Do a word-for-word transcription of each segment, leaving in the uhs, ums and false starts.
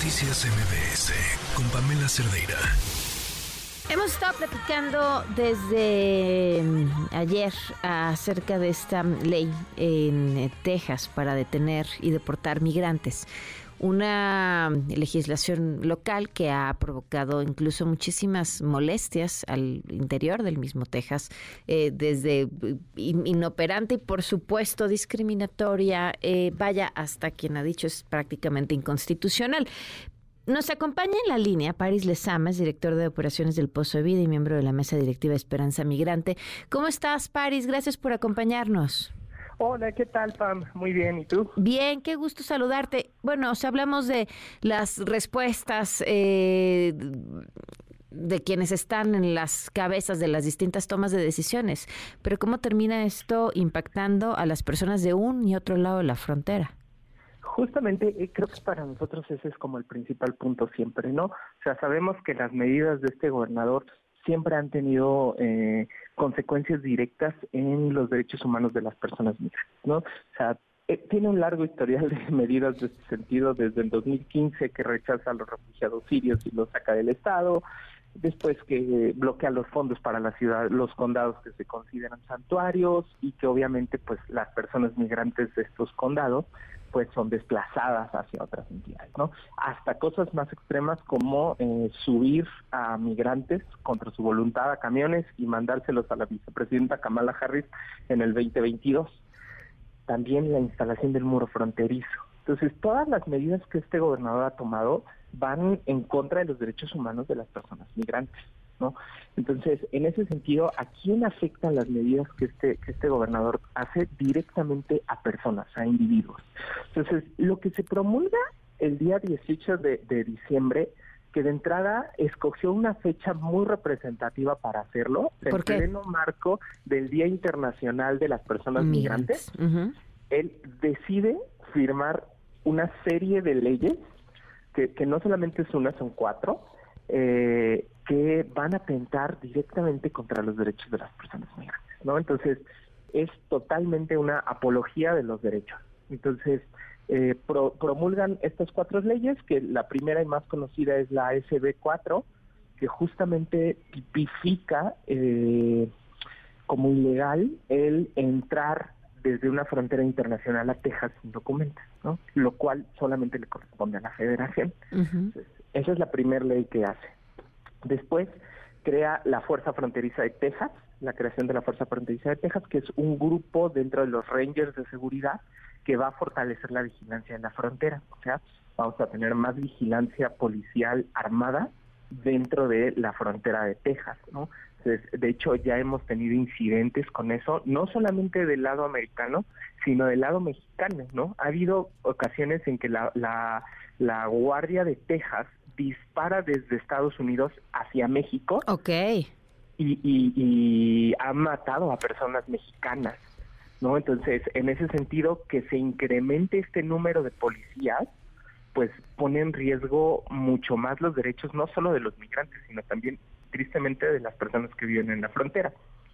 Noticias M B S con Pamela Cerdeira. Hemos estado platicando desde ayer acerca de esta ley en Texas para detener y deportar migrantes. Una legislación local que ha provocado incluso muchísimas molestias al interior del mismo Texas, eh, desde inoperante y por supuesto discriminatoria, eh, vaya hasta quien ha dicho es prácticamente inconstitucional. Nos acompaña en la línea Paris Lezama, director de operaciones del Pozo de Vida y miembro de la mesa directiva de Esperanza Migrante. ¿Cómo estás, Paris? Gracias por acompañarnos. Hola, ¿qué tal, Pam? Muy bien, ¿y tú? Bien, qué gusto saludarte. Bueno, o sea, hablamos de las respuestas eh, de quienes están en las cabezas de las distintas tomas de decisiones, pero ¿cómo termina esto impactando a las personas de un y otro lado de la frontera? Justamente eh, creo que para nosotros ese es como el principal punto siempre, ¿no? O sea, sabemos que las medidas de este gobernador siempre han tenido eh, consecuencias directas en los derechos humanos de las personas migrantes, ¿no? O sea, eh, tiene un largo historial de medidas de este sentido desde el dos mil quince que rechaza a los refugiados sirios y los saca del Estado, después que bloquea los fondos para la ciudad, los condados que se consideran santuarios y que obviamente pues las personas migrantes de estos condados pues son desplazadas hacia otras entidades, ¿no? Hasta cosas más extremas como eh, subir a migrantes contra su voluntad a camiones y mandárselos a la vicepresidenta Kamala Harris en el veinte veintidós. También la instalación del muro fronterizo. Entonces, todas las medidas que este gobernador ha tomado van en contra de los derechos humanos de las personas migrantes, ¿no? Entonces, en ese sentido, ¿a quién afectan las medidas que este que este gobernador hace? Directamente a personas, a individuos. Entonces, lo que se promulga el día dieciocho de, de diciembre, que de entrada escogió una fecha muy representativa para hacerlo, en pleno marco del Día Internacional de las Personas Migrantes, uh-huh. Él decide firmar una serie de leyes, que, que no solamente es una, son cuatro, eh, que van a atentar directamente contra los derechos de las personas migrantes, ¿no? Entonces, es totalmente una apología de los derechos. Entonces, eh, pro, promulgan estas cuatro leyes, que la primera y más conocida es la S B cuatro, que justamente tipifica eh, como ilegal el entrar desde una frontera internacional a Texas sin documentos, ¿no? Lo cual solamente le corresponde a la Federación. Uh-huh. Entonces, esa es la primera ley que hace. Después crea la Fuerza Fronteriza de Texas, la creación de la Fuerza Fronteriza de Texas, que es un grupo dentro de los Rangers de seguridad que va a fortalecer la vigilancia en la frontera. O sea, vamos a tener más vigilancia policial armada dentro de la frontera de Texas, ¿no? Entonces, de hecho, ya hemos tenido incidentes con eso, no solamente del lado americano, sino del lado mexicano, ¿no? Ha habido ocasiones en que la, la, la Guardia de Texas dispara desde Estados Unidos hacia México. Okay. Y, y, y ha matado a personas mexicanas, ¿no? Entonces, en ese sentido, que se incremente este número de policías, pues pone en riesgo mucho más los derechos, no solo de los migrantes, sino también, tristemente, de las personas que viven en la frontera.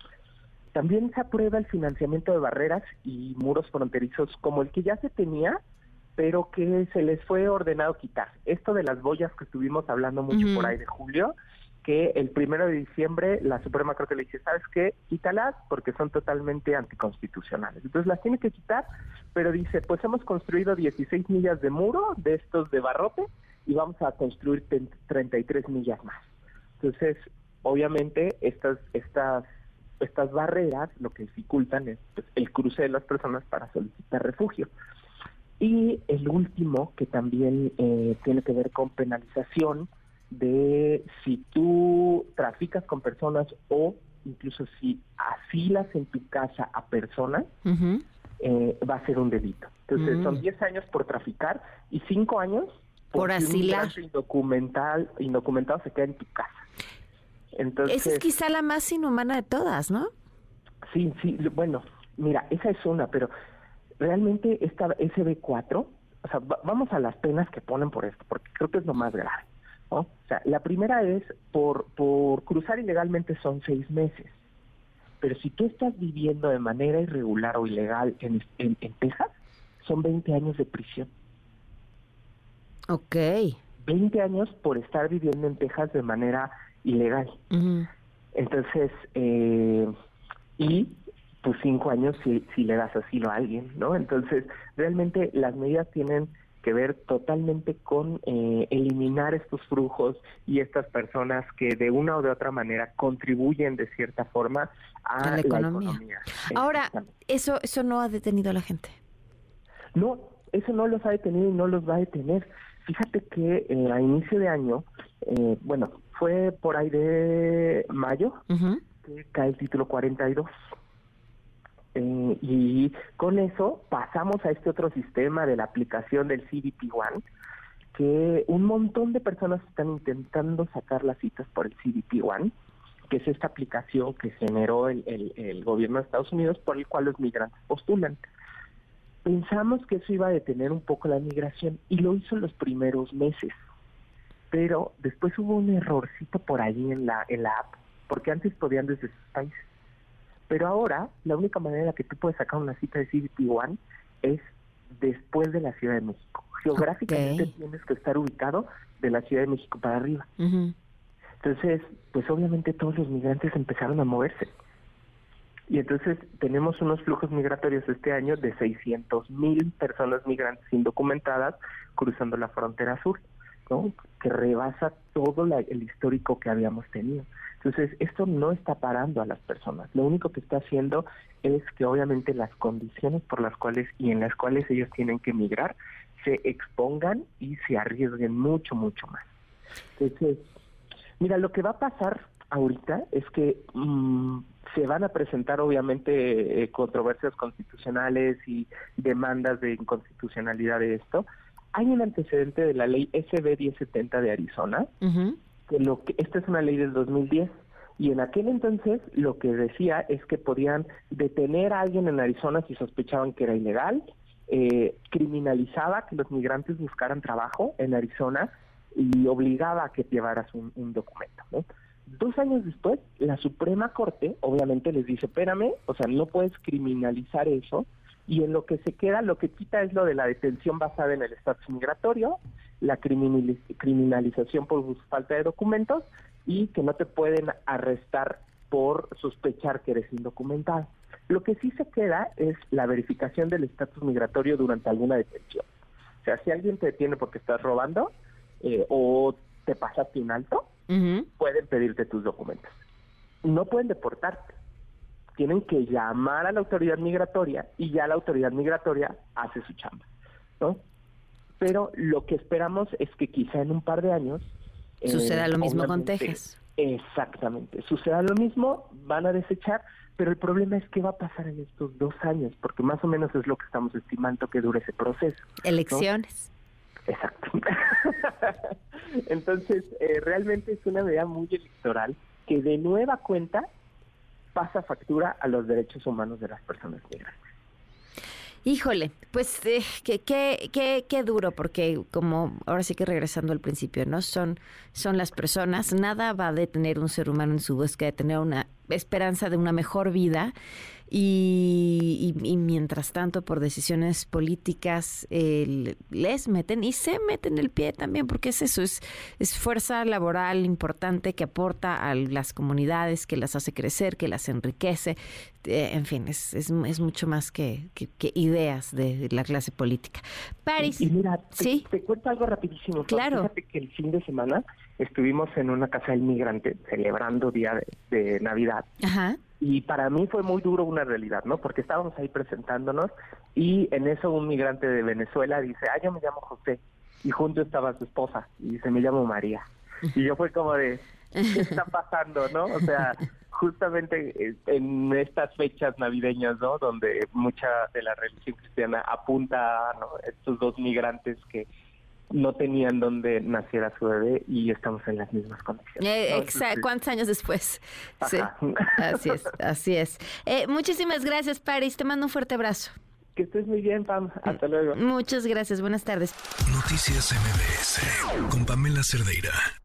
También se aprueba el financiamiento de barreras y muros fronterizos como el que ya se tenía, pero que se les fue ordenado quitar. Esto de las boyas que estuvimos hablando mucho uh-huh. por ahí de julio, que el primero de diciembre la Suprema Corte le dice, ¿sabes qué? Quítalas porque son totalmente anticonstitucionales. Entonces las tiene que quitar, pero dice, pues hemos construido dieciséis millas de muro de estos de barrote y vamos a construir treinta y tres millas más. Entonces, obviamente, estas estas estas barreras lo que dificultan es pues, el cruce de las personas para solicitar refugio. Y el último, que también eh, tiene que ver con penalización de si tú traficas con personas o incluso si asilas en tu casa a personas, uh-huh. eh, va a ser un delito. Entonces, uh-huh. son diez años por traficar y cinco años por, por asilar. Un indocumental, indocumentado se queda en tu casa. Entonces, esa es quizá la más inhumana de todas, ¿no? Sí, sí, bueno, mira, esa es una, pero realmente esta S B cuatro, o sea, va, vamos a las penas que ponen por esto, porque creo que es lo más grave, ¿no? O sea, la primera es por, por cruzar ilegalmente son seis meses, pero si tú estás viviendo de manera irregular o ilegal en, en, en Texas, son veinte años de prisión. Ok. veinte años por estar viviendo en Texas de manera ilegal. Uh-huh. Entonces, eh, y pues cinco años si, si le das asilo a alguien, ¿no? Entonces, realmente las medidas tienen que ver totalmente con eh, eliminar estos flujos y estas personas que de una o de otra manera contribuyen de cierta forma a, a la economía. La economía. Ahora, eso eso no ha detenido a la gente. No, eso no los ha detenido y no los va a detener. Fíjate que eh, a inicio de año, eh, bueno, fue por ahí de mayo, uh-huh, que cae el título cuarenta y dos. Eh, y con eso pasamos a este otro sistema de la aplicación del C B P One, que un montón de personas están intentando sacar las citas por el C B P One, que es esta aplicación que generó el, el, el gobierno de Estados Unidos, por el cual los migrantes postulan. Pensamos que eso iba a detener un poco la migración y lo hizo en los primeros meses, pero después hubo un errorcito por ahí en la, en la app, porque antes podían desde sus países. Pero ahora, la única manera en la que tú puedes sacar una cita de C B P One es después de la Ciudad de México. Geográficamente okay, tienes que estar ubicado de la Ciudad de México para arriba. Uh-huh. Entonces, pues obviamente todos los migrantes empezaron a moverse. Y entonces tenemos unos flujos migratorios este año de seiscientos mil personas migrantes indocumentadas cruzando la frontera sur, ¿no? Que rebasa todo la, el histórico que habíamos tenido. Entonces, esto no está parando a las personas. Lo único que está haciendo es que obviamente las condiciones por las cuales y en las cuales ellos tienen que migrar se expongan y se arriesguen mucho, mucho más. Entonces, mira, lo que va a pasar ahorita es que mmm, se van a presentar obviamente eh, controversias constitucionales y demandas de inconstitucionalidad de esto. Hay un antecedente de la ley S B diez setenta de Arizona, uh-huh, que lo que esta es una ley del dos mil diez y en aquel entonces lo que decía es que podían detener a alguien en Arizona si sospechaban que era ilegal, eh, criminalizaba que los migrantes buscaran trabajo en Arizona y obligaba a que llevaras un, un documento, ¿no? Dos años después, la Suprema Corte obviamente les dice, espérame, o sea, no puedes criminalizar eso, y en lo que se queda, lo que quita es lo de la detención basada en el estatus migratorio, la criminaliz- criminalización por falta de documentos, y que no te pueden arrestar por sospechar que eres indocumentado. Lo que sí se queda es la verificación del estatus migratorio durante alguna detención. O sea, si alguien te detiene porque estás robando, eh, o te pasaste un alto, uh-huh, pueden pedirte tus documentos. No pueden deportarte. Tienen que llamar a la autoridad migratoria y ya la autoridad migratoria hace su chamba, ¿no? Pero lo que esperamos es que quizá en un par de años suceda eh, lo mismo con Texas. Exactamente, suceda lo mismo, van a desechar, pero el problema es qué va a pasar en estos dos años, porque más o menos es lo que estamos estimando que dure ese proceso, ¿no? Elecciones. Exacto. Entonces, eh, realmente es una medida muy electoral que de nueva cuenta pasa factura a los derechos humanos de las personas migrantes. Híjole, pues eh, qué qué qué qué duro, porque como ahora sí que regresando al principio, ¿no? Son son las personas, nada va a detener un ser humano en su búsqueda de tener una esperanza de una mejor vida. Y, y, y mientras tanto, por decisiones políticas, eh, les meten y se meten el pie también, porque es eso, es, es fuerza laboral importante que aporta a las comunidades, que las hace crecer, que las enriquece. Eh, en fin, es, es, es mucho más que, que, que ideas de la clase política. Paris. Y, y mira, ¿sí? te, te cuento algo rapidísimo. Claro. Fíjate que el fin de semana estuvimos en una casa del migrante celebrando Día de, de Navidad. Ajá. Y para mí fue muy duro una realidad, ¿no? Porque estábamos ahí presentándonos y en eso un migrante de Venezuela dice, ah, yo me llamo José. Y junto estaba su esposa y dice, me llamo María. Y yo fue como de, ¿qué está pasando, no? O sea, justamente en estas fechas navideñas, ¿no? Donde mucha de la religión cristiana apunta a, ¿no?, estos dos migrantes que no tenían donde naciera su bebé y estamos en las mismas condiciones. Eh, ¿no? Exacto. Entonces, ¿cuántos años después? Sí, ajá. así es, así es. Eh, muchísimas gracias, Paris. Te mando un fuerte abrazo. Que estés muy bien, Pam. Hasta luego. Muchas gracias. Buenas tardes. Noticias M B S con Pamela Cerdeira.